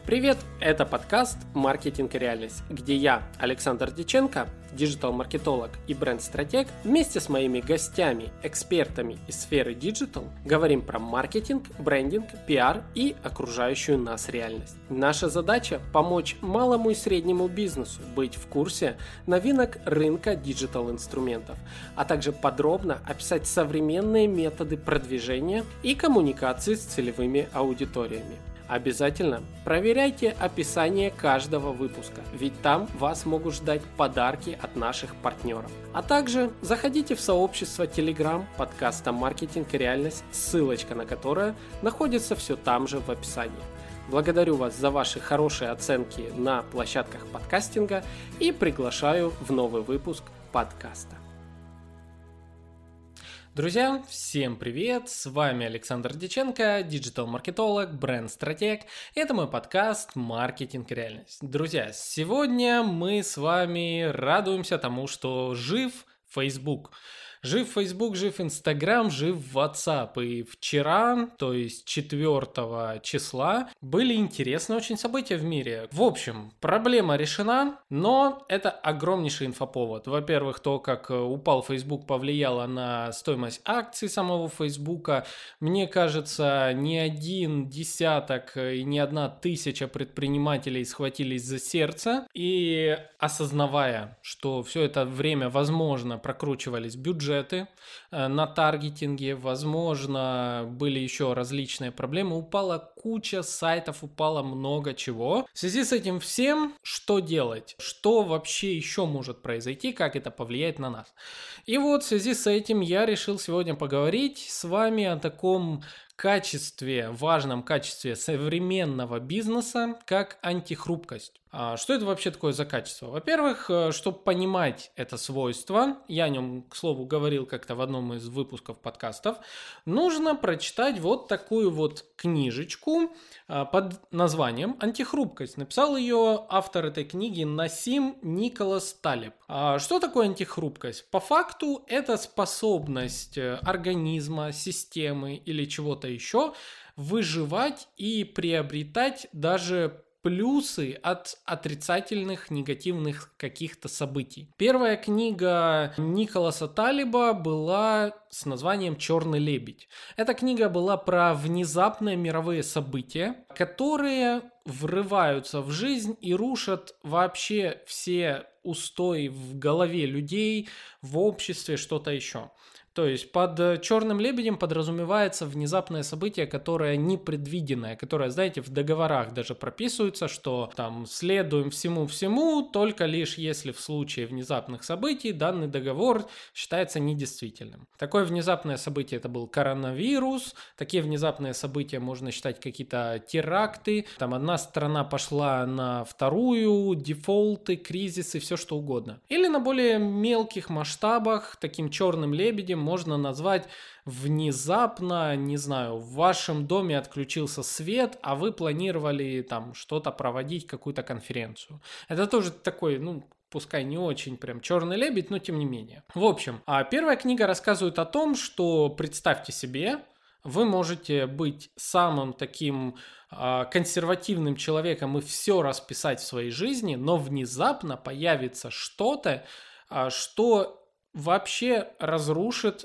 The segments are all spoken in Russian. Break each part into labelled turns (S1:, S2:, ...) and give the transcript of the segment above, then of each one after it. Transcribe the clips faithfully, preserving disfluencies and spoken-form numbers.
S1: Привет! Это подкаст «Маркетинг и реальность», где я, Александр Дьяченко, диджитал-маркетолог и бренд-стратег, вместе с моими гостями, экспертами из сферы диджитал, говорим про маркетинг, брендинг, пиар и окружающую нас реальность. Наша задача – помочь малому и среднему бизнесу быть в курсе новинок рынка диджитал-инструментов, а также подробно описать современные методы продвижения и коммуникации с целевыми аудиториями. Обязательно проверяйте описание каждого выпуска, ведь там вас могут ждать подарки от наших партнеров. А также заходите в сообщество Telegram подкаста «Маркетинг и реальность», ссылочка на которое находится все там же в описании. Благодарю вас за ваши хорошие оценки на площадках подкастинга и приглашаю в новый выпуск подкаста. Друзья, всем привет! С вами Александр Дьяченко, диджитал-маркетолог, бренд-стратег. Это мой подкаст «Маркетинг и реальность». Друзья, сегодня мы с вами радуемся тому, что жив Facebook. Жив Facebook, жив Instagram, жив WhatsApp. И вчера, то есть четвёртого числа, были интересные очень события в мире. В общем, проблема решена, но это огромнейший инфоповод. Во-первых, то, как упал Facebook, повлияло на стоимость акций самого Facebook. Мне кажется, ни один десяток и ни одна тысяча предпринимателей схватились за сердце. И осознавая, что все это время, возможно, прокручивались бюджеты, на таргетинге, возможно, были еще различные проблемы, упала куча сайтов, упало много чего. В связи с этим всем, что делать? Что вообще еще может произойти? Как это повлияет на нас? И вот в связи с этим я решил сегодня поговорить с вами о таком качестве, важном качестве современного бизнеса, как антихрупкость. А что это вообще такое за качество? Во-первых, чтобы понимать это свойство, я о нем, к слову, говорил как-то в одном из выпусков подкастов, нужно прочитать вот такую вот книжечку под названием «Антихрупкость». Написал ее автор этой книги Насим Николас Талеб. А что такое антихрупкость? По факту это способность организма, системы или чего-то еще выживать и приобретать даже плюсы от отрицательных, негативных каких-то событий. Первая книга Николаса Талеба была с названием «Черный лебедь». Эта книга была про внезапные мировые события, которые врываются в жизнь и рушат вообще все устои в голове людей, в обществе, что-то еще. То есть под черным лебедем подразумевается внезапное событие, которое непредвиденное, которое, знаете, в договорах даже прописывается, что там следуем всему-всему, только лишь если в случае внезапных событий данный договор считается недействительным. Такое внезапное событие это был коронавирус, такие внезапные события можно считать какие-то теракты, там одна страна пошла на вторую, дефолты, кризисы, все что угодно. Или на более мелких масштабах таким черным лебедем можно назвать внезапно, не знаю, в вашем доме отключился свет, а вы планировали там что-то проводить, какую-то конференцию. Это тоже такой, ну, пускай не очень прям черный лебедь, но тем не менее. В общем, а первая книга рассказывает о том, что представьте себе, вы можете быть самым таким э, консервативным человеком и все расписать в своей жизни, но внезапно появится что-то, э, что вообще разрушит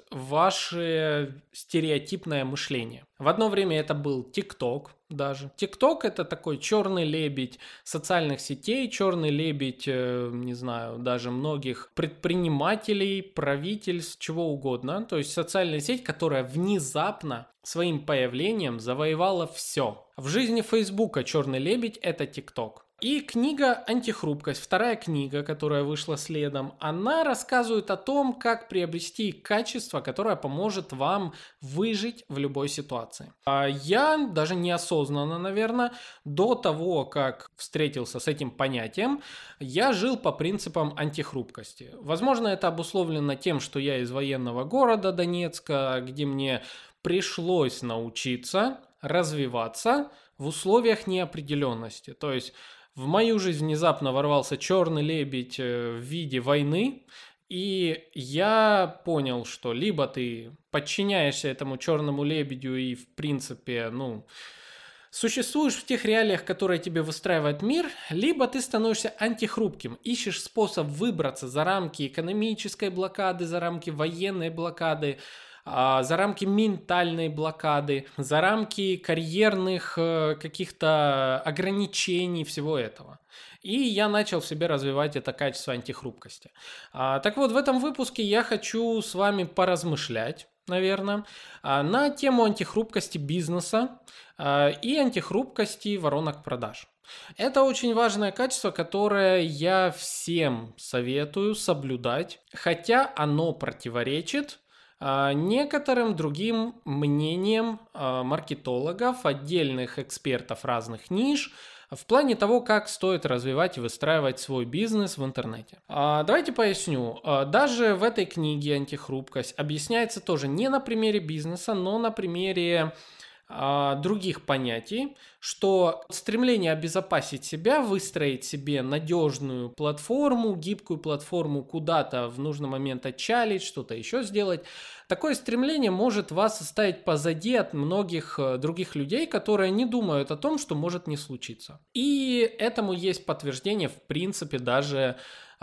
S1: ваше стереотипное мышление. В одно время это был ТикТок даже. ТикТок это такой черный лебедь социальных сетей, черный лебедь, э, не знаю, даже многих предпринимателей, правительств, чего угодно. То есть социальная сеть, которая внезапно своим появлением завоевала все. В жизни Фейсбука черный лебедь это ТикТок. И книга «Антихрупкость», вторая книга, которая вышла следом, она рассказывает о том, как приобрести качество, которое поможет вам выжить в любой ситуации. Я даже неосознанно, наверное, до того, как встретился с этим понятием, я жил по принципам антихрупкости. Возможно, это обусловлено тем, что я из военного города Донецка, где мне пришлось научиться развиваться в условиях неопределенности. То есть в мою жизнь внезапно ворвался черный лебедь в виде войны, и я понял, что либо ты подчиняешься этому черному лебедю и, в принципе, ну, существуешь в тех реалиях, которые тебе выстраивает мир, либо ты становишься антихрупким, ищешь способ выбраться за рамки экономической блокады, за рамки военной блокады, за рамки ментальной блокады, за рамки карьерных каких-то ограничений, всего этого. И я начал в себе развивать это качество антихрупкости. Так вот, в этом выпуске я хочу с вами поразмышлять, наверное, на тему антихрупкости бизнеса и антихрупкости воронок продаж. Это очень важное качество, которое я всем советую соблюдать, хотя оно противоречит некоторым другим мнениям маркетологов, отдельных экспертов разных ниш, в плане того, как стоит развивать и выстраивать свой бизнес в интернете. Давайте поясню. Даже в этой книге «Антихрупкость» объясняется тоже не на примере бизнеса, но на примере других понятий, что стремление обезопасить себя, выстроить себе надежную платформу, гибкую платформу, куда-то в нужный момент отчалить, что-то еще сделать, такое стремление может вас оставить позади от многих других людей, которые не думают о том, что может не случиться. И этому есть подтверждение, в принципе, даже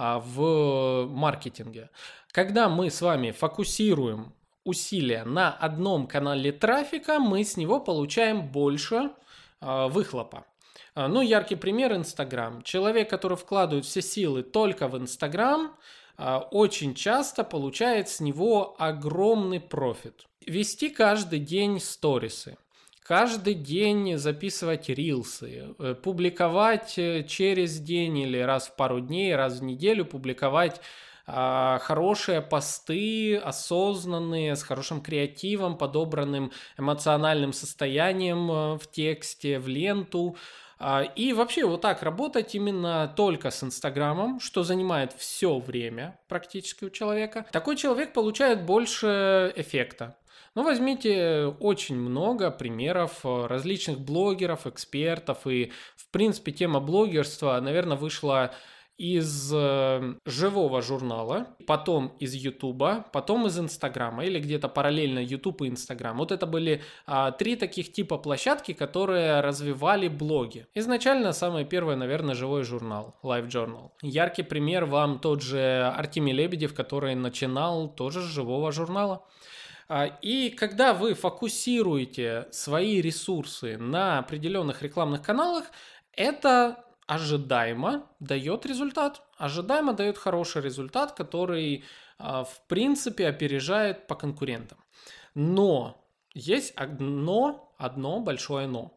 S1: в маркетинге. Когда мы с вами фокусируем усилия на одном канале трафика, мы с него получаем больше э, выхлопа. Ну, яркий пример – Инстаграм. Человек, который вкладывает все силы только в Инстаграм, э, очень часто получает с него огромный профит. Вести каждый день сторисы, каждый день записывать рилсы, э, публиковать через день или раз в пару дней, раз в неделю публиковать хорошие посты, осознанные, с хорошим креативом, подобранным эмоциональным состоянием в тексте, в ленту. И вообще вот так работать именно только с Инстаграмом, что занимает все время практически у человека. Такой человек получает больше эффекта. Ну, возьмите очень много примеров различных блогеров, экспертов. И, в принципе, тема блогерства, наверное, вышла из э, живого журнала, потом из Ютуба, потом из Инстаграма или где-то параллельно Ютуб и Инстаграм. Вот это были а, три таких типа площадки, которые развивали блоги. Изначально самое первое, наверное, живой журнал, Live Journal. Яркий пример вам тот же Артемий Лебедев, который начинал тоже с живого журнала. И когда вы фокусируете свои ресурсы на определенных рекламных каналах, это ожидаемо дает результат. Ожидаемо дает хороший результат, который, в принципе, опережает по конкурентам. Но есть одно, одно большое но.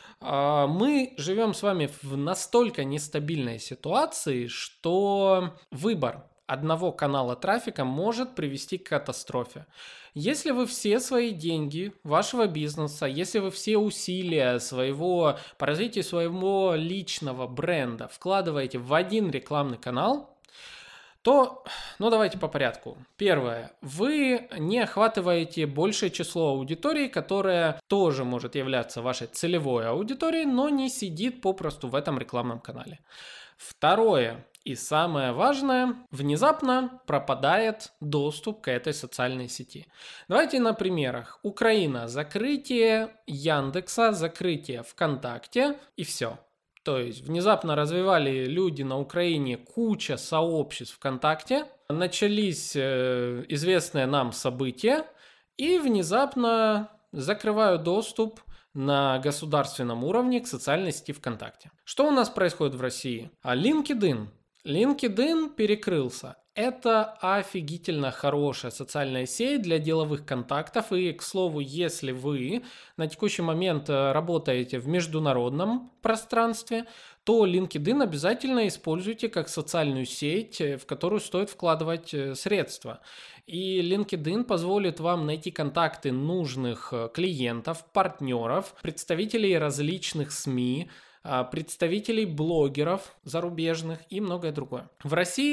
S1: Мы живем с вами в настолько нестабильной ситуации, что выбор одного канала трафика может привести к катастрофе. Если вы все свои деньги вашего бизнеса, если вы все усилия своего, по развитию своего личного бренда вкладываете в один рекламный канал, то, ну давайте по порядку. Первое. Вы не охватываете большее число аудитории, которая тоже может являться вашей целевой аудиторией, но не сидит попросту в этом рекламном канале. Второе. И самое важное, внезапно пропадает доступ к этой социальной сети. Давайте на примерах. Украина, закрытие Яндекса, закрытие ВКонтакте и все. То есть внезапно развивали люди на Украине куча сообществ ВКонтакте, начались э, известные нам события и внезапно закрывают доступ на государственном уровне к социальной сети ВКонтакте. Что у нас происходит в России? А LinkedIn. LinkedIn перекрылся. Это офигительно хорошая социальная сеть для деловых контактов. И, к слову, если вы на текущий момент работаете в международном пространстве, то LinkedIn обязательно используйте как социальную сеть, в которую стоит вкладывать средства. И LinkedIn позволит вам найти контакты нужных клиентов, партнеров, представителей различных СМИ, представителей блогеров зарубежных и многое другое. В России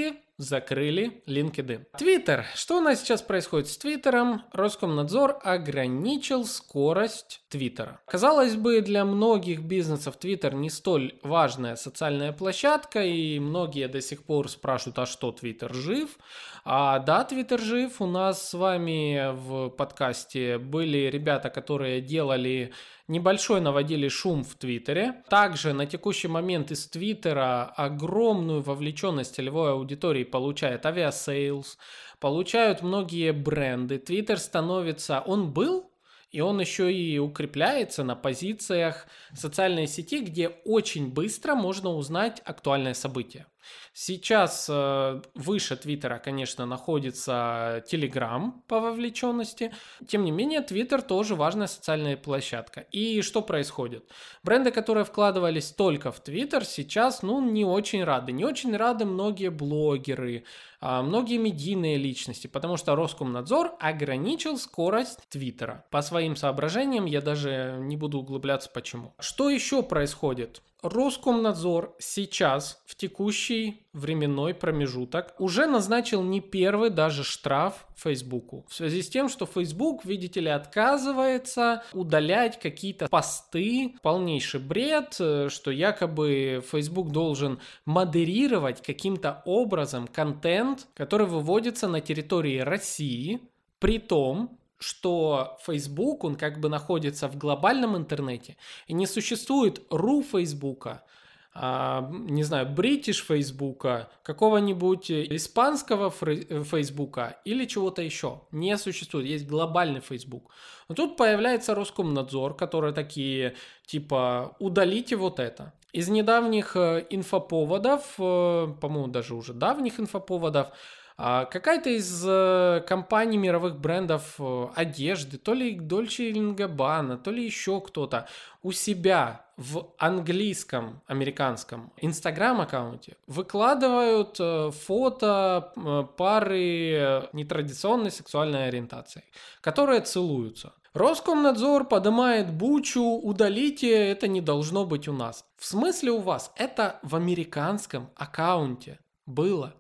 S1: закрыли LinkedIn. Twitter. Что у нас сейчас происходит с Твиттером? Роскомнадзор ограничил скорость Твиттера. Казалось бы, для многих бизнесов Твиттер не столь важная социальная площадка, и многие до сих пор спрашивают, а что, Твиттер жив? А да, Твиттер жив. У нас с вами в подкасте были ребята, которые делали небольшой, наводили шум в Твиттере. Также на текущий момент из Твиттера огромную вовлеченность целевой аудитории получает авиасейлс, получают многие бренды. Твиттер становится, он был, и он еще и укрепляется на позициях социальной сети, где очень быстро можно узнать актуальное событие. Сейчас э, выше Твиттера, конечно, находится Телеграм по вовлеченности. Тем не менее, Твиттер тоже важная социальная площадка. И что происходит? Бренды, которые вкладывались только в Твиттер, сейчас ну, не очень рады. Не очень рады многие блогеры, э, многие медийные личности, потому что Роскомнадзор ограничил скорость Твиттера. По своим соображениям я даже не буду углубляться, почему. Что еще происходит? Роскомнадзор сейчас, в текущий временной промежуток, уже назначил не первый даже штраф Фейсбуку. В связи с тем, что Facebook, видите ли, отказывается удалять какие-то посты. Полнейший бред, что якобы Facebook должен модерировать каким-то образом контент, который выводится на территории России, при том, что Facebook, он как бы находится в глобальном интернете, и не существует ру Фейсбука, а, не знаю, British Фейсбука, какого-нибудь испанского Фейсбука или чего-то еще. Не существует, есть глобальный Facebook. Но тут появляется Роскомнадзор, которые такие, типа, удалите вот это. Из недавних инфоповодов, по-моему, даже уже давних инфоповодов, какая-то из компаний мировых брендов одежды, то ли Dolce энд Gabbana, то ли еще кто-то, у себя в английском, американском Instagram-аккаунте выкладывают фото пары нетрадиционной сексуальной ориентации, которые целуются. Роскомнадзор поднимает бучу, удалите, это не должно быть у нас. В смысле у вас? Это в американском аккаунте было.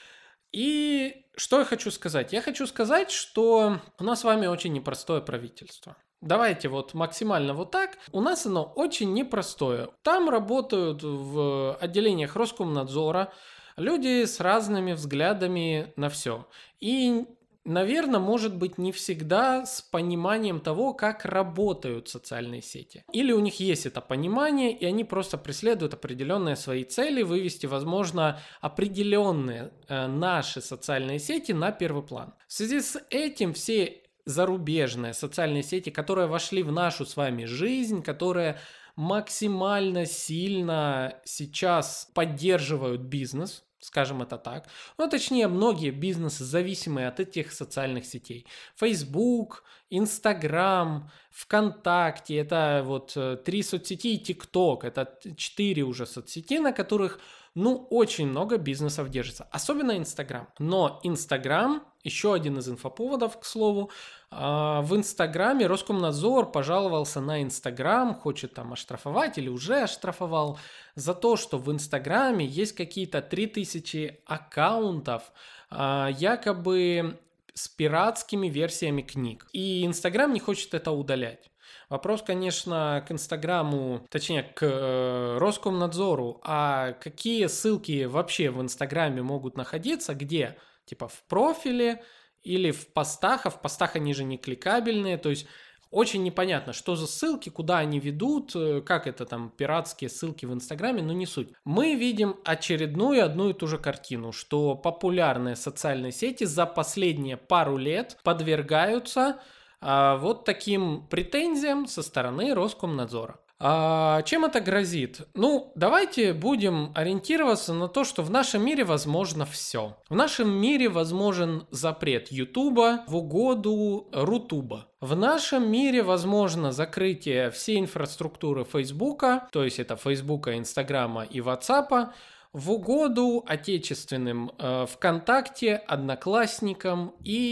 S1: И что я хочу сказать? Я хочу сказать, что у нас с вами очень непростое правительство. Давайте вот максимально вот так. У нас оно очень непростое. Там работают в отделениях Роскомнадзора люди с разными взглядами на все. И, наверное, может быть, не всегда с пониманием того, как работают социальные сети. Или у них есть это понимание, и они просто преследуют определенные свои цели, вывести, возможно, определенные э, наши социальные сети на первый план. В связи с этим все зарубежные социальные сети, которые вошли в нашу с вами жизнь, которые максимально сильно сейчас поддерживают бизнес, скажем это так. Ну, точнее, многие бизнесы зависимые от этих социальных сетей. Facebook, Instagram, ВКонтакте, это вот три соцсети и TikTok, это четыре уже соцсети, на которых, ну, очень много бизнесов держится. Особенно Instagram. Но Instagram, еще один из инфоповодов, к слову, в Инстаграме Роскомнадзор пожаловался на Инстаграм, хочет там оштрафовать или уже оштрафовал за то, что в Инстаграме есть какие-то три тысячи аккаунтов, якобы с пиратскими версиями книг. И Инстаграм не хочет это удалять. Вопрос, конечно, к Инстаграму, точнее, к э, Роскомнадзору, а какие ссылки вообще в Инстаграме могут находиться, где? Типа в профиле или в постах, а в постах они же не кликабельные, то есть очень непонятно, что за ссылки, куда они ведут, как это там, пиратские ссылки в Инстаграме, но не суть. Мы видим очередную одну и ту же картину, что популярные социальные сети за последние пару лет подвергаются а, вот таким претензиям со стороны Роскомнадзора. А чем это грозит? Ну, давайте будем ориентироваться на то, что в нашем мире возможно все. В нашем мире возможен запрет Ютуба в угоду Рутуба. В нашем мире возможно закрытие всей инфраструктуры Фейсбука, то есть это Фейсбука, Инстаграма и Ватсапа, в угоду отечественным э, ВКонтакте, Одноклассникам и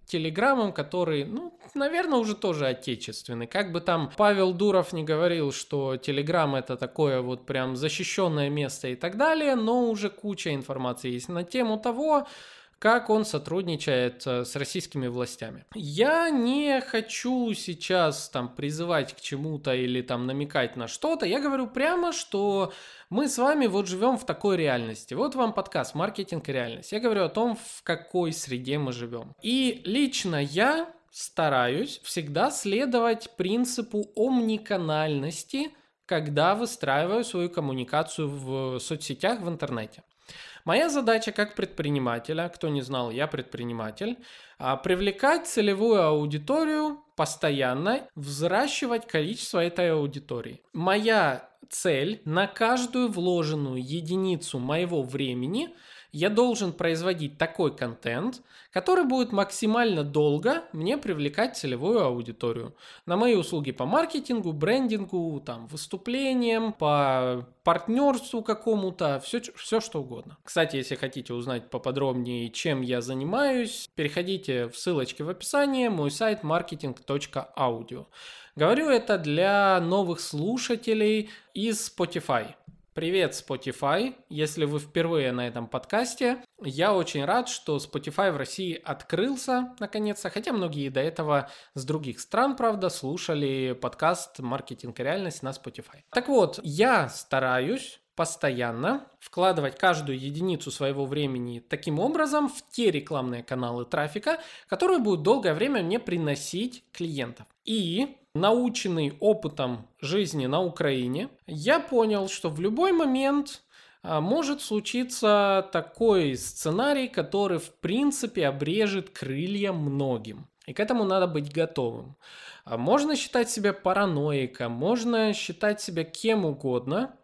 S1: Телеграмом, который, ну, наверное, уже тоже отечественный. Как бы там Павел Дуров не говорил, что Телеграм это такое вот прям защищенное место и так далее, но уже куча информации есть на тему того, как он сотрудничает с российскими властями. Я не хочу сейчас там призывать к чему-то или там намекать на что-то. Я говорю прямо, что мы с вами вот живем в такой реальности. Вот вам подкаст «Маркетинг и реальность». Я говорю о том, в какой среде мы живем. И лично я стараюсь всегда следовать принципу омниканальности, когда выстраиваю свою коммуникацию в соцсетях, в интернете. Моя задача как предпринимателя, кто не знал, я предприниматель, привлекать целевую аудиторию постоянно, взращивать количество этой аудитории. Моя цель: на каждую вложенную единицу моего времени я должен производить такой контент, который будет максимально долго мне привлекать целевую аудиторию. На мои услуги по маркетингу, брендингу, там, выступлениям, по партнерству какому-то, все, все что угодно. Кстати, если хотите узнать поподробнее, чем я занимаюсь, переходите в ссылочки в описании, мой сайт маркетинг точка аудио. Говорю это для новых слушателей из Spotify. Привет, Spotify! Если вы впервые на этом подкасте, я очень рад, что Spotify в России открылся наконец-то, хотя многие до этого с других стран, правда, слушали подкаст «Маркетинг и реальность» на Spotify. Так вот, я стараюсь постоянно вкладывать каждую единицу своего времени таким образом в те рекламные каналы трафика, которые будут долгое время мне приносить клиентов. И, наученный опытом жизни на Украине, я понял, что в любой момент а, может случиться такой сценарий, который в принципе обрежет крылья многим. И к этому надо быть готовым. А, можно считать себя параноиком, можно считать себя кем угодно,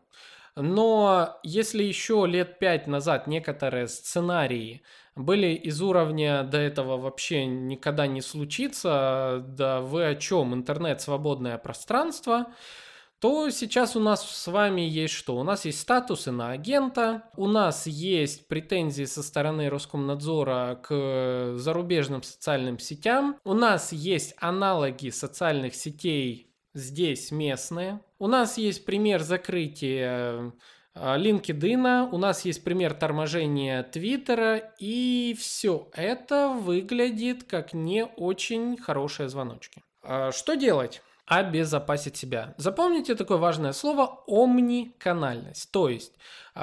S1: но если еще лет пять назад некоторые сценарии были из уровня «до этого вообще никогда не случится», «да вы о чем? Интернет – свободное пространство», то сейчас у нас с вами есть что? У нас есть статус иноагента, у нас есть претензии со стороны Роскомнадзора к зарубежным социальным сетям, у нас есть аналоги социальных сетей здесь местные. У нас есть пример закрытия LinkedIn, у нас есть пример торможения Твиттера, и все это выглядит как не очень хорошие звоночки. Что делать? Обезопасить себя. Запомните такое важное слово — омниканальность. То есть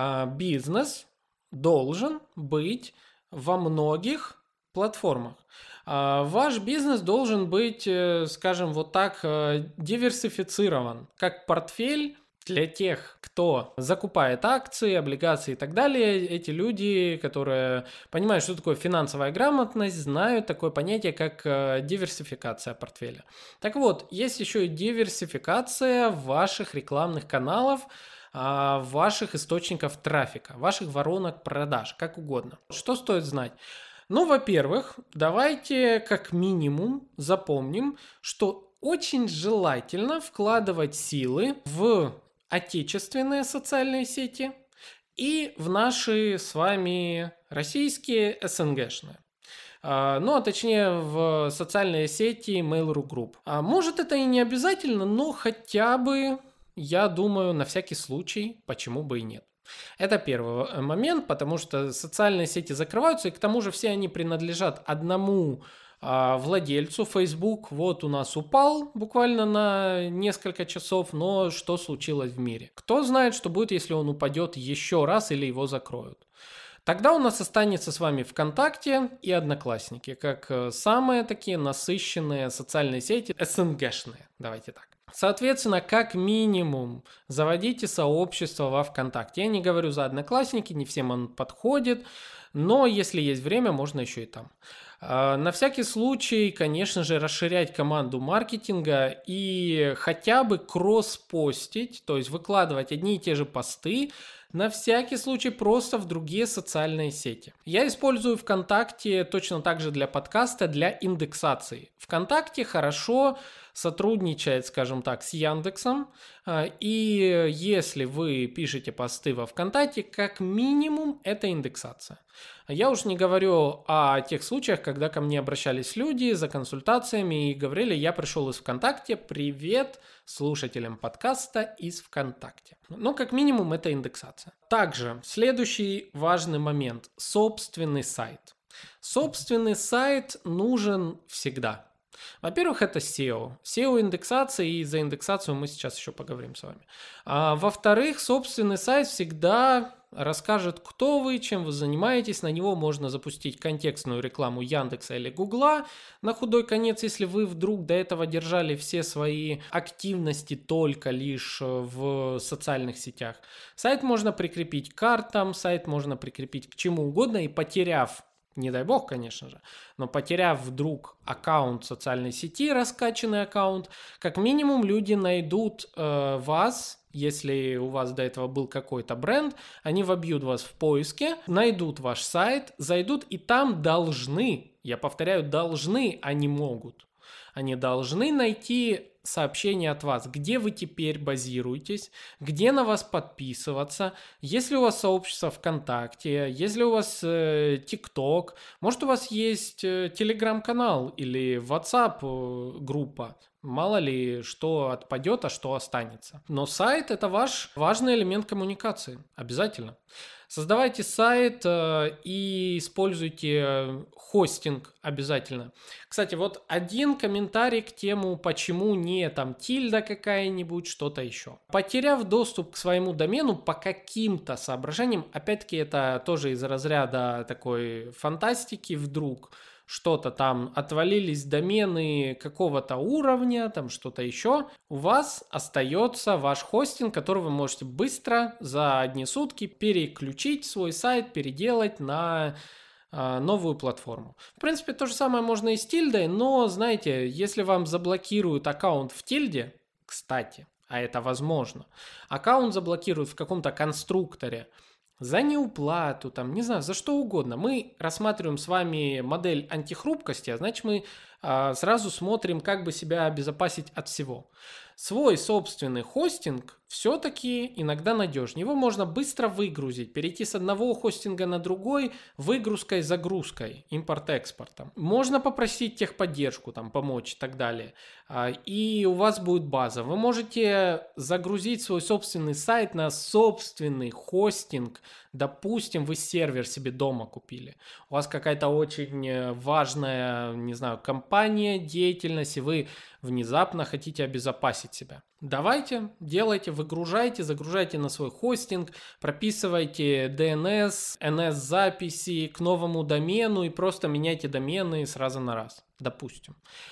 S1: бизнес должен быть во многих платформах. Ваш бизнес должен быть, скажем вот так, диверсифицирован, как портфель для тех, кто закупает акции, облигации и так далее. Эти люди, которые понимают, что такое финансовая грамотность, знают такое понятие, как диверсификация портфеля. Так вот, есть еще и диверсификация ваших рекламных каналов, ваших источников трафика, ваших воронок продаж, как угодно. Что стоит знать? Ну, во-первых, давайте как минимум запомним, что очень желательно вкладывать силы в отечественные социальные сети и в наши с вами российские СНГшные. Ну, а точнее в социальные сети Mail.ru Group. А может, это и не обязательно, но хотя бы, я думаю, на всякий случай, почему бы и нет. Это первый момент, потому что социальные сети закрываются, и к тому же все они принадлежат одному а, владельцу. Facebook вот у нас упал буквально на несколько часов, но что случилось в мире? Кто знает, что будет, если он упадет еще раз или его закроют? Тогда у нас останется с вами ВКонтакте и Одноклассники, как самые такие насыщенные социальные сети, СНГшные, давайте так. Соответственно, как минимум заводите сообщество во ВКонтакте. Я не говорю за Одноклассники, не всем он подходит, но если есть время, можно еще и там. На всякий случай, конечно же, расширять команду маркетинга и хотя бы кросс-постить, то есть выкладывать одни и те же посты, на всякий случай просто в другие социальные сети. Я использую ВКонтакте точно так же для подкаста, для индексации. ВКонтакте хорошо сотрудничает, скажем так, с Яндексом. И если вы пишете посты во ВКонтакте, как минимум это индексация. Я уж не говорю о тех случаях, когда ко мне обращались люди за консультациями и говорили, я пришел из ВКонтакте, привет слушателям подкаста из ВКонтакте. Но как минимум это индексация. Также следующий важный момент – собственный сайт. Собственный сайт нужен всегда. Во-первых, это сео. сео-индексация, и за индексацию мы сейчас еще поговорим с вами. А, во-вторых, собственный сайт всегда расскажет, кто вы, чем вы занимаетесь. На него можно запустить контекстную рекламу Яндекса или Гугла. На худой конец, если вы вдруг до этого держали все свои активности только лишь в социальных сетях. Сайт можно прикрепить к картам, сайт можно прикрепить к чему угодно, и потеряв, не дай бог, конечно же, но потеряв вдруг аккаунт социальной сети, раскачанный аккаунт, как минимум люди найдут э, вас, если у вас до этого был какой-то бренд, они вобьют вас в поиске, найдут ваш сайт, зайдут и там должны, я повторяю, должны, а не могут. Они должны найти сообщение от вас, где вы теперь базируетесь, где на вас подписываться, есть ли у вас сообщество ВКонтакте, есть ли у вас э, ТикТок, может у вас есть э, Телеграм-канал или WhatsApp э, группа. Мало ли, что отпадет, а что останется. Но сайт – это ваш важный элемент коммуникации. Обязательно. Создавайте сайт э, и используйте хостинг обязательно. Кстати, вот один комментарий к тему, почему не там тильда какая-нибудь, что-то еще. Потеряв доступ к своему домену по каким-то соображениям, опять-таки это тоже из разряда такой фантастики вдруг, что-то там, отвалились домены какого-то уровня, там что-то еще, у вас остается ваш хостинг, который вы можете быстро за одни сутки переключить свой сайт, переделать на э, новую платформу. В принципе, то же самое можно и с тильдой, но, знаете, если вам заблокируют аккаунт в тильде, кстати, а это возможно, аккаунт заблокируют в каком-то конструкторе, за неуплату, там, не знаю, за что угодно. Мы рассматриваем с вами модель антихрупкости, а значит мы а, сразу смотрим, как бы себя обезопасить от всего. Свой собственный хостинг все-таки иногда надежнее. Его можно быстро выгрузить, перейти с одного хостинга на другой, выгрузкой, загрузкой, импорт-экспортом. Можно попросить техподдержку, там, помочь и так далее. И у вас будет база. Вы можете загрузить свой собственный сайт на собственный хостинг. Допустим, вы сервер себе дома купили. У вас какая-то очень важная, не знаю, компания, деятельность, и вы внезапно хотите обезопасить себя. Давайте, делайте, выгружайте, загружайте на свой хостинг, прописывайте ди эн эс, эн эс-записи к новому домену и просто меняйте домены с раза на раз, допустим.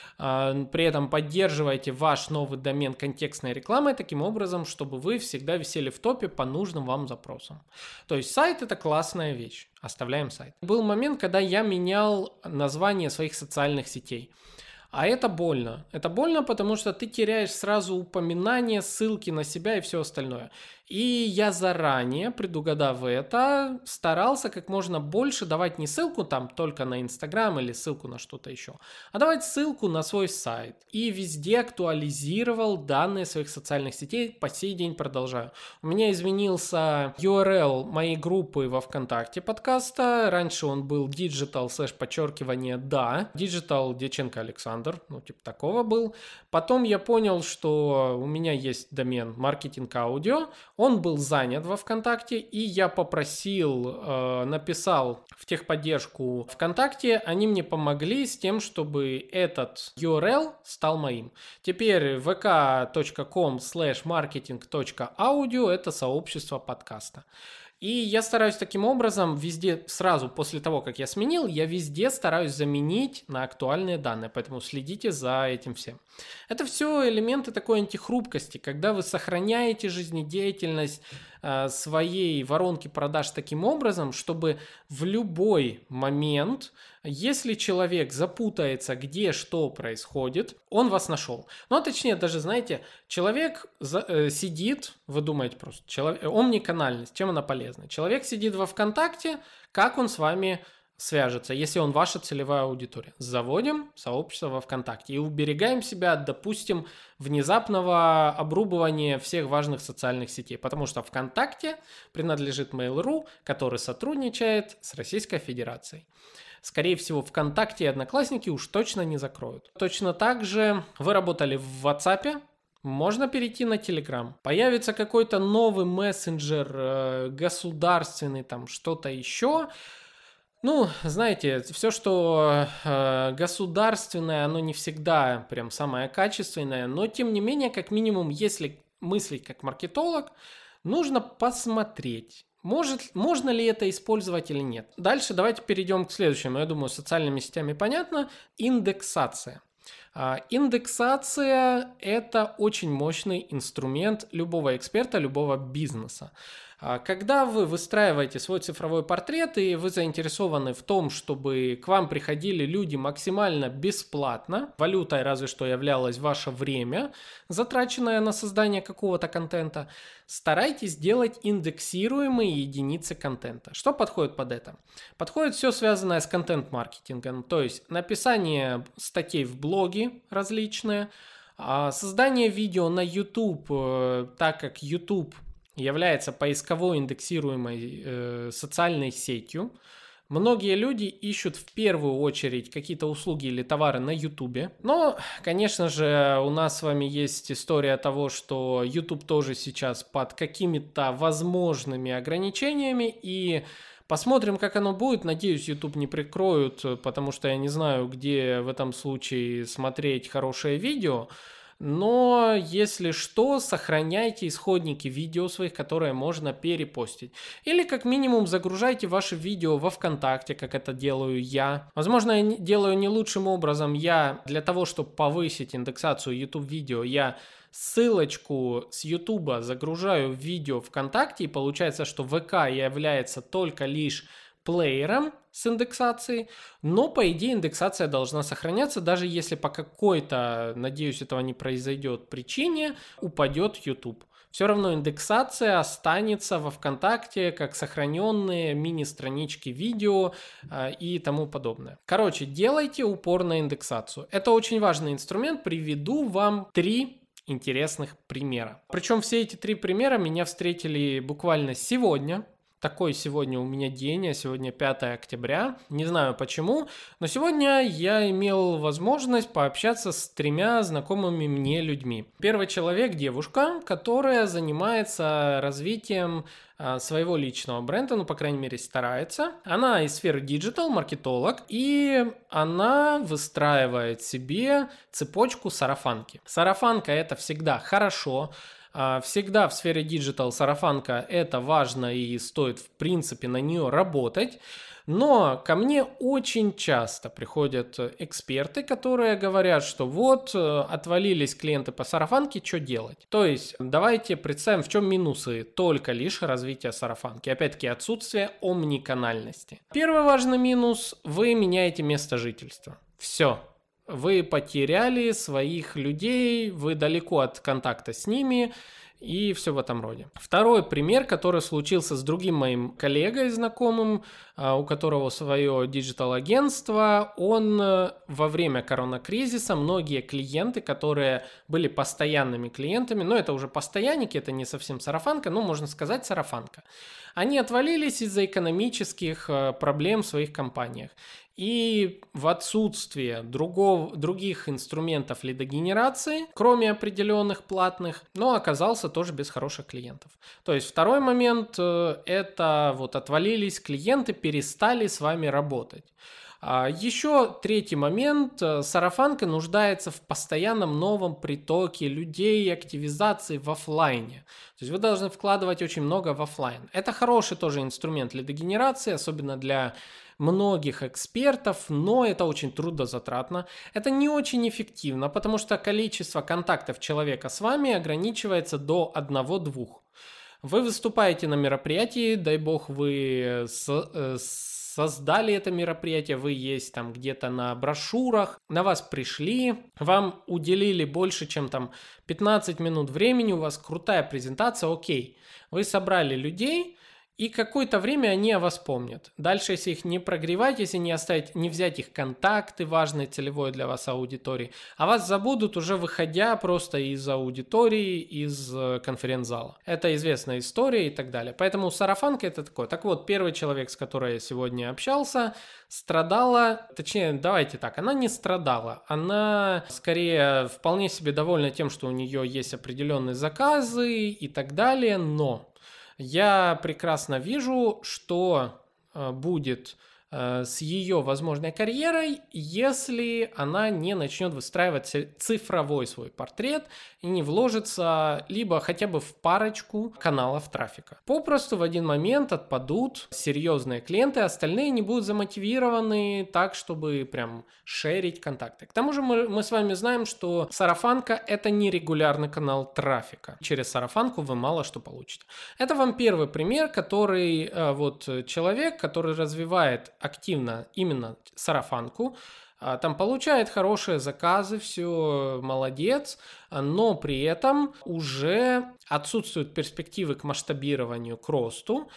S1: При этом поддерживайте ваш новый домен контекстной рекламой таким образом, чтобы вы всегда висели в топе по нужным вам запросам. То есть сайт – это классная вещь. Оставляем сайт. Был момент, когда я менял название своих социальных сетей. А это больно. Это больно, потому что ты теряешь сразу упоминания, ссылки на себя и все остальное. И я заранее, предугадав это, старался как можно больше давать не ссылку там только на Инстаграм или ссылку на что-то еще, а давать ссылку на свой сайт. И везде актуализировал данные своих социальных сетей, по сей день продолжаю. У меня изменился ю ар эл моей группы во ВКонтакте подкаста. Раньше он был digital слэш подчеркивание да, digital Дьяченко Александр, ну типа такого был. Потом я понял, что у меня есть домен маркетинг аудио. Он был занят во ВКонтакте, и я попросил, э, написал в техподдержку ВКонтакте, они мне помогли с тем, чтобы этот ю ар эл стал моим. Теперь ви ка точка ком слэш маркетинг точка аудио это сообщество подкаста. И я стараюсь таким образом везде, сразу после того, как я сменил, я везде стараюсь заменить на актуальные данные, поэтому следите за этим всем. Это все элементы такой антихрупкости, когда вы сохраняете жизнедеятельность э, своей воронки продаж таким образом, чтобы в любой момент, если человек запутается, где что происходит, он вас нашел. Ну, а точнее, даже, знаете, человек за, э, сидит, вы думаете просто, человек, омниканальность, чем она полезна? Человек сидит во ВКонтакте, как он с вами свяжется, если он ваша целевая аудитория. Заводим сообщество во ВКонтакте и уберегаем себя от, допустим, внезапного обрубывания всех важных социальных сетей, потому что ВКонтакте принадлежит Mail.ru, который сотрудничает с Российской Федерацией. Скорее всего, ВКонтакте и Одноклассники уж точно не закроют. Точно так же вы работали в WhatsApp, можно перейти на Telegram. Появится какой-то новый мессенджер э, государственный, там что-то еще. Ну, знаете, все, что э, государственное, оно не всегда прям самое качественное, но тем не менее, как минимум, если мыслить как маркетолог, нужно посмотреть, может, можно ли это использовать или нет. Дальше давайте перейдем к следующему. Я думаю, с социальными сетями понятно. Индексация. Индексация – это очень мощный инструмент любого эксперта, любого бизнеса. Когда вы выстраиваете свой цифровой портрет и вы заинтересованы в том, чтобы к вам приходили люди максимально бесплатно, валютой разве что являлось ваше время, затраченное на создание какого-то контента, старайтесь делать индексируемые единицы контента. Что подходит под это? Подходит все связанное с контент-маркетингом, то есть написание статей в блоге различные, создание видео на YouTube, так как YouTube является поисковой индексируемой э, социальной сетью. Многие люди ищут в первую очередь какие-то услуги или товары на YouTube. Но, конечно же, у нас с вами есть история того, что YouTube тоже сейчас под какими-то возможными ограничениями. И посмотрим, как оно будет. Надеюсь, YouTube не прикроют, потому что я не знаю, где в этом случае смотреть хорошее видео. Но, если что, сохраняйте исходники видео своих, которые можно перепостить. Или, как минимум, загружайте ваши видео во ВКонтакте, как это делаю я. Возможно, я делаю не лучшим образом. Я для того, чтобы повысить индексацию YouTube-видео, я ссылочку с YouTube загружаю в видео ВКонтакте. И получается, что ВК является только лишь плеером с индексацией, но по идее индексация должна сохраняться, даже если по какой-то, надеюсь, этого не произойдет причине, упадет YouTube. Все равно индексация останется во ВКонтакте как сохраненные мини-странички видео э, и тому подобное. Короче, делайте упор на индексацию. Это очень важный инструмент. Приведу вам три интересных примера. Причем все эти три примера меня встретили буквально сегодня. Такой сегодня у меня день, а сегодня пятое октября. Не знаю почему, но сегодня я имел возможность пообщаться с тремя знакомыми мне людьми. Первый человек – девушка, которая занимается развитием а, своего личного бренда, ну, по крайней мере, старается. Она из сферы диджитал, маркетолог, и она выстраивает себе цепочку сарафанки. Сарафанка – это всегда хорошо. Всегда в сфере диджитал сарафанка – это важно и стоит, в принципе, на нее работать. Но ко мне очень часто приходят эксперты, которые говорят, что вот отвалились клиенты по сарафанке, что делать? То есть давайте представим, в чем минусы только лишь развития сарафанки. Опять-таки отсутствие омниканальности. Первый важный минус – вы меняете место жительства. Все. Вы потеряли своих людей, вы далеко от контакта с ними и все в этом роде. Второй пример, который случился с другим моим коллегой, знакомым, у которого свое диджитал-агентство. Он во время коронакризиса, многие клиенты, которые были постоянными клиентами, но это уже постоянники, это не совсем сарафанка, но можно сказать сарафанка. Они отвалились из-за экономических проблем в своих компаниях. И в отсутствие другого, других инструментов лидогенерации, кроме определенных платных, но оказался тоже без хороших клиентов. То есть второй момент – это вот отвалились клиенты, перестали с вами работать. Еще третий момент. Сарафанка нуждается в постоянном новом притоке людей и активизации в офлайне. То есть вы должны вкладывать очень много в офлайн. Это хороший тоже инструмент лидогенерации, особенно для многих экспертов, но это очень трудозатратно. Это не очень эффективно, потому что количество контактов человека с вами ограничивается до одного-двух. Вы выступаете на мероприятии, дай бог вы с, э, создали это мероприятие, вы есть там где-то на брошюрах, на вас пришли, вам уделили больше, чем там пятнадцать минут времени, у вас крутая презентация, окей. Вы собрали людей, и какое-то время они о вас помнят. Дальше, если их не прогревать, если не оставить, не взять их контакты, важной целевой для вас аудитории, а вас забудут уже выходя просто из аудитории, из конференц-зала. Это известная история и так далее. Поэтому сарафанка это такое. Так вот, первый человек, с которым я сегодня общался, страдала, точнее, давайте так, она не страдала, она скорее вполне себе довольна тем, что у нее есть определенные заказы и так далее, но я прекрасно вижу, что э, будет э, с ее возможной карьерой, если она не начнет выстраивать цифровой свой портрет и не вложится либо хотя бы в парочку каналов трафика. Попросту в один момент отпадут серьезные клиенты, остальные не будут замотивированы так, чтобы прям шерить контакты. К тому же мы, мы с вами знаем, что сарафанка – это не регулярный канал трафика. Через сарафанку вы мало что получите. Это вам первый пример, который э, вот человек, который развивает активно именно сарафанку, там получает хорошие заказы, все молодец, но при этом уже отсутствуют перспективы к масштабированию, к росту,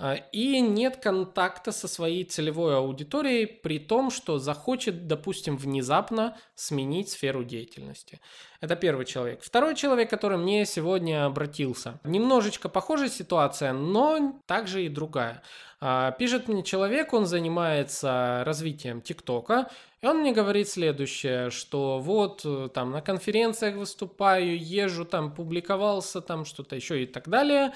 S1: и нет контакта со своей целевой аудиторией, при том, что захочет, допустим, внезапно сменить сферу деятельности. Это первый человек. Второй человек, который мне сегодня обратился. Немножечко похожая ситуация, но также и другая. Пишет мне человек, он занимается развитием ТикТока, и он мне говорит следующее, что вот там на конференциях выступаю, езжу, там публиковался, там что-то еще и так далее.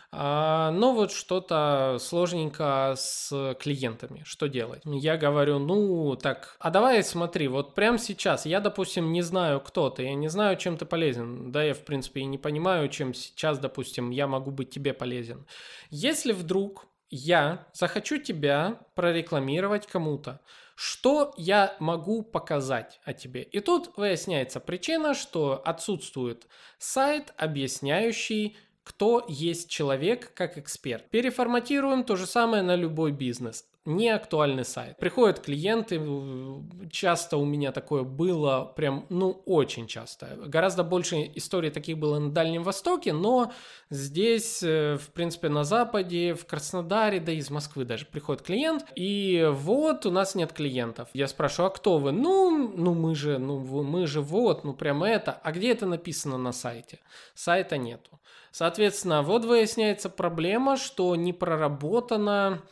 S1: Но вот что-то сложненько с клиентами. Что делать? Я говорю, ну так, а давай смотри, вот прямо сейчас я, допустим, не знаю, кто ты, я не знаю, чем ты полезен. Да, я, в принципе, и не понимаю, чем сейчас, допустим, я могу быть тебе полезен. Если вдруг я захочу тебя прорекламировать кому-то, что я могу показать о тебе? И тут выясняется причина, что отсутствует сайт, объясняющий, кто есть человек как эксперт. Переформатируем то же самое на любой бизнес. Не актуальный сайт. Приходят клиенты, часто у меня такое было, прям, ну, очень часто. Гораздо больше историй таких было на Дальнем Востоке, но здесь, в принципе, на Западе, в Краснодаре, да и из Москвы даже приходит клиент, и вот у нас нет клиентов. Я спрашиваю, а кто вы? Ну, ну мы же, ну мы же вот, ну прямо это. А где это написано на сайте? Сайта нету. Соответственно, вот выясняется проблема, что не проработана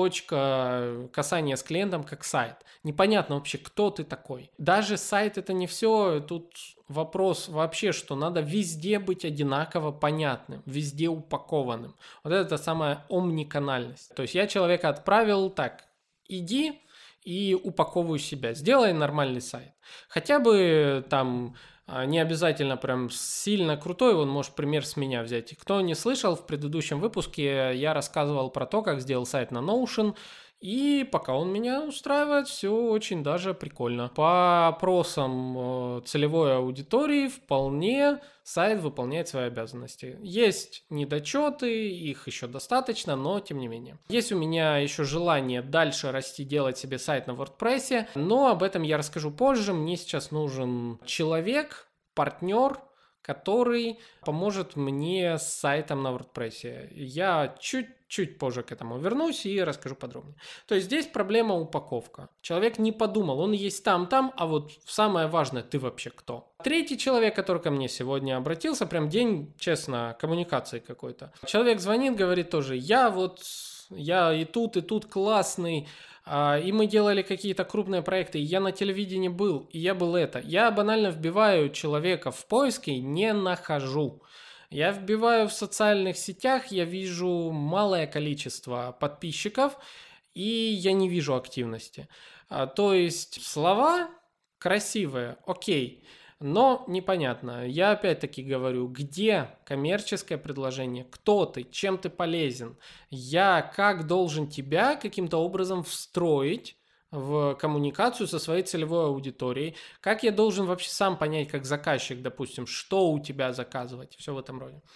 S1: точка касания с клиентом как сайт. Непонятно вообще, кто ты такой. Даже сайт это не все. Тут вопрос вообще, что надо везде быть одинаково понятным, везде упакованным. Вот это самая омниканальность. То есть я человека отправил так, иди и упаковывай себя, сделай нормальный сайт. Хотя бы там... Не обязательно прям сильно крутой, он может пример с меня взять. Кто не слышал, в предыдущем выпуске я рассказывал про то, как сделал сайт на Notion, и пока он меня устраивает, все очень даже прикольно. По опросам целевой аудитории вполне сайт выполняет свои обязанности. Есть недочеты, их еще достаточно, но тем не менее. Есть у меня еще желание дальше расти, делать себе сайт на WordPress, но об этом я расскажу позже. Мне сейчас нужен человек, партнер, который поможет мне с сайтом на WordPress. Я чуть-чуть позже к этому вернусь и расскажу подробнее. То есть здесь проблема упаковка. Человек не подумал, он есть там-там, а вот самое важное, ты вообще кто? Третий человек, который ко мне сегодня обратился, прям день, честно, коммуникации какой-то. Человек звонит, говорит тоже, я вот, я и тут, и тут классный, и мы делали какие-то крупные проекты, и я на телевидении был, и я был это. Я банально вбиваю человека в поиски, не нахожу. Я вбиваю в социальных сетях, я вижу малое количество подписчиков, и я не вижу активности. То есть слова красивые, окей. Но непонятно. Я опять-таки говорю, где коммерческое предложение, кто ты, чем ты полезен, я как должен тебя каким-то образом встроить в коммуникацию со своей целевой аудиторией, как я должен вообще сам понять, как заказчик, допустим, что у тебя заказывать, все в этом роде.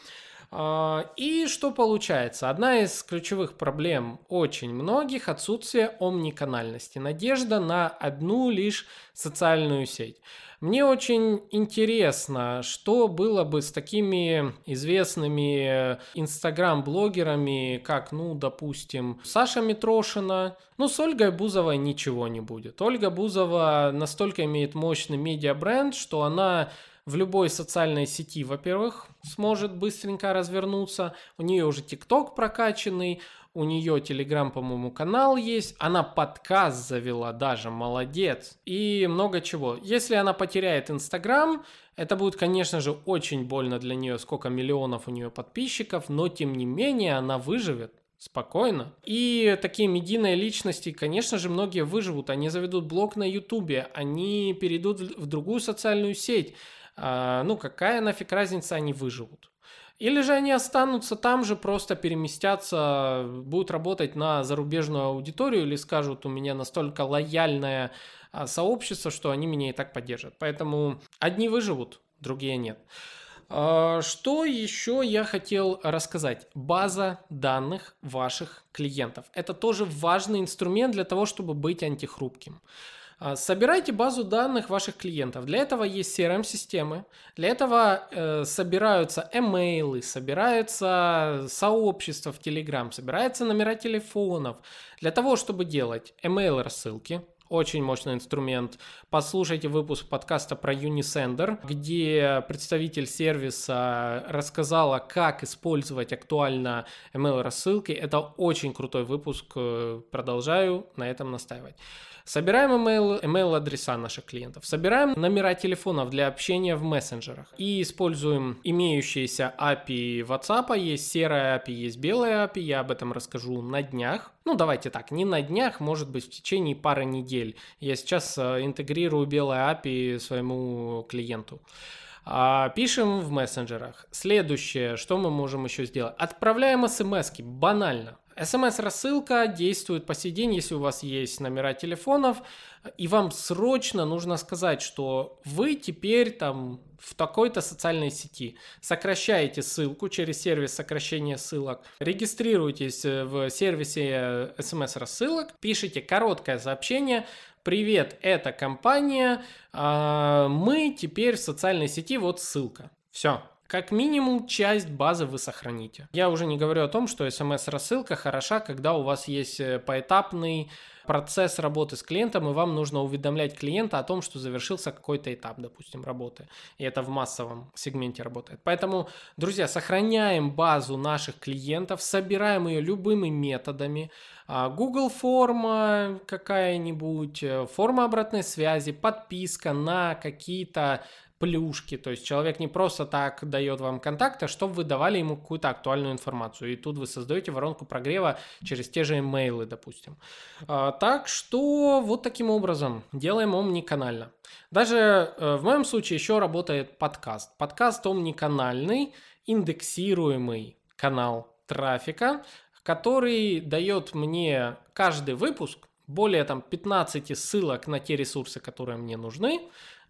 S1: И что получается? Одна из ключевых проблем очень многих – отсутствие омниканальности, надежда на одну лишь социальную сеть. Мне очень интересно, что было бы с такими известными инстаграм-блогерами, как, ну, допустим, Саша Митрошина. Ну, с Ольгой Бузовой ничего не будет. Ольга Бузова настолько имеет мощный медиабренд, что она в любой социальной сети, во-первых, сможет быстренько развернуться. У нее уже ТикТок прокачанный, у нее Телеграм, по-моему, канал есть. Она подкаст завела даже, молодец. И много чего. Если она потеряет Инстаграм, это будет, конечно же, очень больно для нее, сколько миллионов у нее подписчиков, но тем не менее она выживет. Спокойно. И такие медийные личности, конечно же, многие выживут. Они заведут блог на Ютубе, они перейдут в другую социальную сеть. А, ну, какая нафиг разница, они выживут. Или же они останутся там же, просто переместятся, будут работать на зарубежную аудиторию или скажут, у меня настолько лояльное сообщество, что они меня и так поддержат. Поэтому одни выживут, другие нет. Что еще я хотел рассказать? База данных ваших клиентов. Это тоже важный инструмент для того, чтобы быть антихрупким. Собирайте базу данных ваших клиентов. Для этого есть си ар эм-системы, для этого э, собираются имейлы, собираются сообщества в Telegram, собираются номера телефонов. Для того, чтобы делать email-рассылки, очень мощный инструмент. Послушайте выпуск подкаста про Unisender, где представитель сервиса рассказала, как использовать актуально email-рассылки. Это очень крутой выпуск. Продолжаю на этом настаивать. Собираем email, email-адреса наших клиентов, собираем номера телефонов для общения в мессенджерах и используем имеющиеся эй пи ай WhatsApp, есть серая эй пи ай, есть белая эй пи ай, я об этом расскажу на днях. Ну, давайте так, не на днях, может быть, в течение пары недель. Я сейчас интегрирую белое эй пи ай своему клиенту. Пишем в мессенджерах. Следующее, что мы можем еще сделать? Отправляем смс-ки, банально. эс эм эс-рассылка действует по сей день, если у вас есть номера телефонов, и вам срочно нужно сказать, что вы теперь там в такой-то социальной сети. Сокращаете ссылку через сервис сокращения ссылок, регистрируйтесь в сервисе эс эм эс-рассылок, пишите короткое сообщение: «Привет, это компания, мы теперь в социальной сети, вот ссылка». Все. Как минимум часть базы вы сохраните. Я уже не говорю о том, что эс эм эс-рассылка хороша, когда у вас есть поэтапный процесс работы с клиентом, и вам нужно уведомлять клиента о том, что завершился какой-то этап, допустим, работы. И это в массовом сегменте работает. Поэтому, друзья, сохраняем базу наших клиентов, собираем ее любыми методами. Google форма какая-нибудь, форма обратной связи, подписка на какие-то плюшки, то есть человек не просто так дает вам контакты, чтобы вы давали ему какую-то актуальную информацию, и тут вы создаете воронку прогрева через те же имейлы, допустим. А, так что вот таким образом делаем омниканально. Даже э, в моем случае еще работает подкаст. Подкаст омниканальный, индексируемый канал трафика, который дает мне каждый выпуск более там пятнадцать ссылок на те ресурсы, которые мне нужны.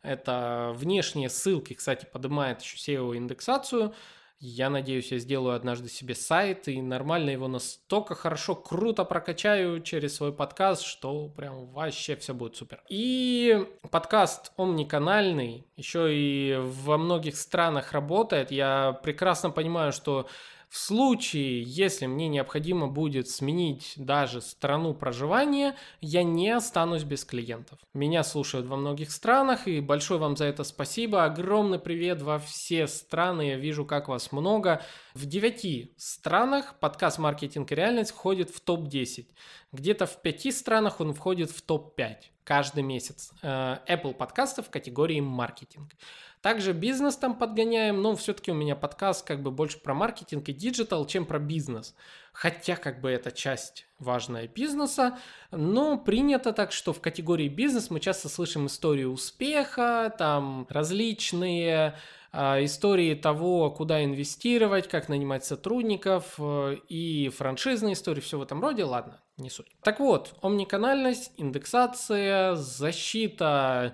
S1: Это внешние ссылки, кстати, поднимает еще сео-индексацию. Я надеюсь, я сделаю однажды себе сайт и нормально его настолько хорошо, круто прокачаю через свой подкаст, что прям вообще все будет супер. И подкаст омниканальный, еще и во многих странах работает. Я прекрасно понимаю, что в случае, если мне необходимо будет сменить даже страну проживания, я не останусь без клиентов. Меня слушают во многих странах, и большое вам за это спасибо. Огромный привет во все страны, я вижу, как вас много. В девяти странах подкаст «Маркетинг и реальность» входит в топ десять. Где-то в пяти странах он входит в топ пять каждый месяц. Apple подкастов в категории «Маркетинг». Также бизнес там подгоняем, но все-таки у меня подкаст как бы больше про маркетинг и диджитал, чем про бизнес. Хотя как бы это часть важная бизнеса, но принято так, что в категории бизнес мы часто слышим истории успеха, там различные э, истории того, куда инвестировать, как нанимать сотрудников э, и франшизные истории, все в этом роде, ладно, не суть. Так вот, омниканальность, индексация, защита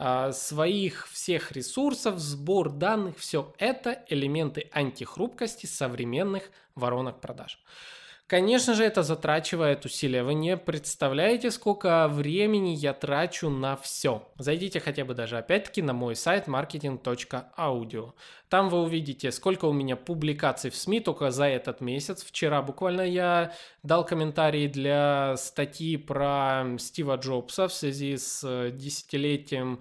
S1: своих всех ресурсов, сбор данных, все это элементы антихрупкости современных воронок продаж. Конечно же, это затрачивает усилия. Вы не представляете, сколько времени я трачу на все. Зайдите хотя бы даже опять-таки на мой сайт маркетинг точка аудио. Там вы увидите, сколько у меня публикаций в СМИ только за этот месяц. Вчера буквально я дал комментарий для статьи про Стива Джобса в связи с десятилетием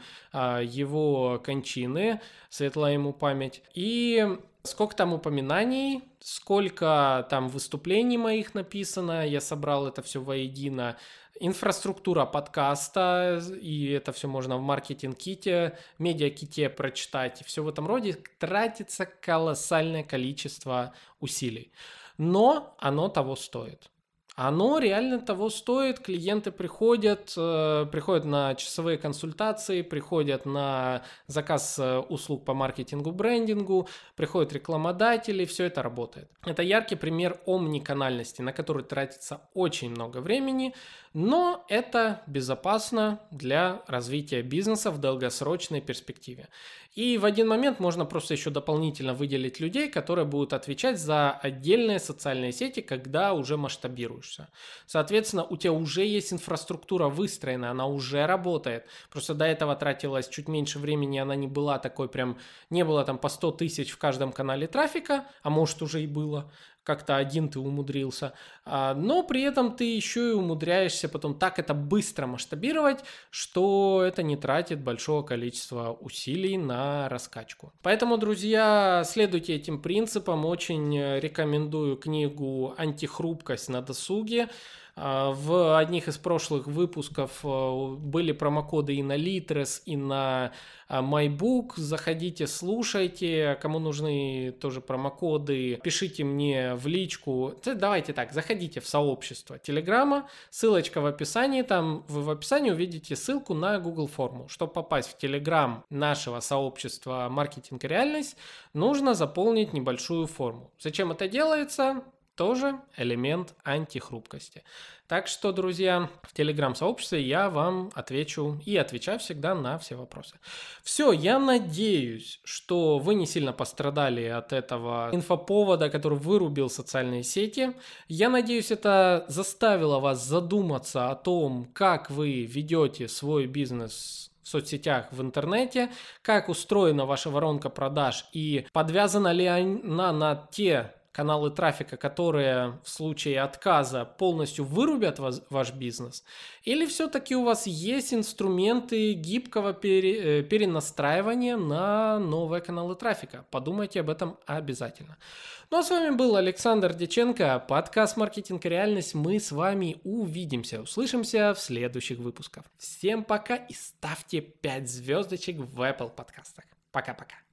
S1: его кончины, светлая ему память. И сколько там упоминаний, сколько там выступлений моих написано, я собрал это все воедино. Инфраструктура подкаста, и это все можно в маркетинг-ките, медиа-ките прочитать. Все в этом роде. Тратится колоссальное количество усилий. Но оно того стоит. Оно реально того стоит, клиенты приходят, э, приходят на часовые консультации, приходят на заказ услуг по маркетингу, брендингу, приходят рекламодатели, все это работает. Это яркий пример омниканальности, на который тратится очень много времени, но это безопасно для развития бизнеса в долгосрочной перспективе. И в один момент можно просто еще дополнительно выделить людей, которые будут отвечать за отдельные социальные сети, когда уже масштабируешься. Соответственно, у тебя уже есть инфраструктура выстроена, она уже работает. Просто до этого тратилось чуть меньше времени, она не была такой прям, не было там по сто тысяч в каждом канале трафика, а может уже и было. Как-то один ты умудрился, но при этом ты еще и умудряешься потом так это быстро масштабировать, что это не тратит большого количества усилий на раскачку. Поэтому, друзья, следуйте этим принципам. Очень рекомендую книгу «Антихрупкость на досуге». В одних из прошлых выпусков были промокоды и на Litres, и на MyBook. Заходите, слушайте. Кому нужны тоже промокоды, пишите мне в личку. Давайте так, заходите в сообщество Телеграма. Ссылочка в описании. Там вы в описании увидите ссылку на Google форму. Чтобы попасть в Телеграм нашего сообщества «Маркетинг и реальность», нужно заполнить небольшую форму. Зачем это делается? Тоже элемент антихрупкости. Так что, друзья, в Телеграм-сообществе я вам отвечу и отвечаю всегда на все вопросы. Все, я надеюсь, что вы не сильно пострадали от этого инфоповода, который вырубил социальные сети. Я надеюсь, это заставило вас задуматься о том, как вы ведете свой бизнес в соцсетях, в интернете, как устроена ваша воронка продаж и подвязана ли она на те каналы трафика, которые в случае отказа полностью вырубят вас, ваш бизнес, или все-таки у вас есть инструменты гибкого пере, перенастраивания на новые каналы трафика. Подумайте об этом обязательно. Ну а с вами был Александр Дьяченко, подкаст «Маркетинг и реальность». Мы с вами увидимся, услышимся в следующих выпусках. Всем пока и ставьте пять звездочек в Apple подкастах. Пока-пока.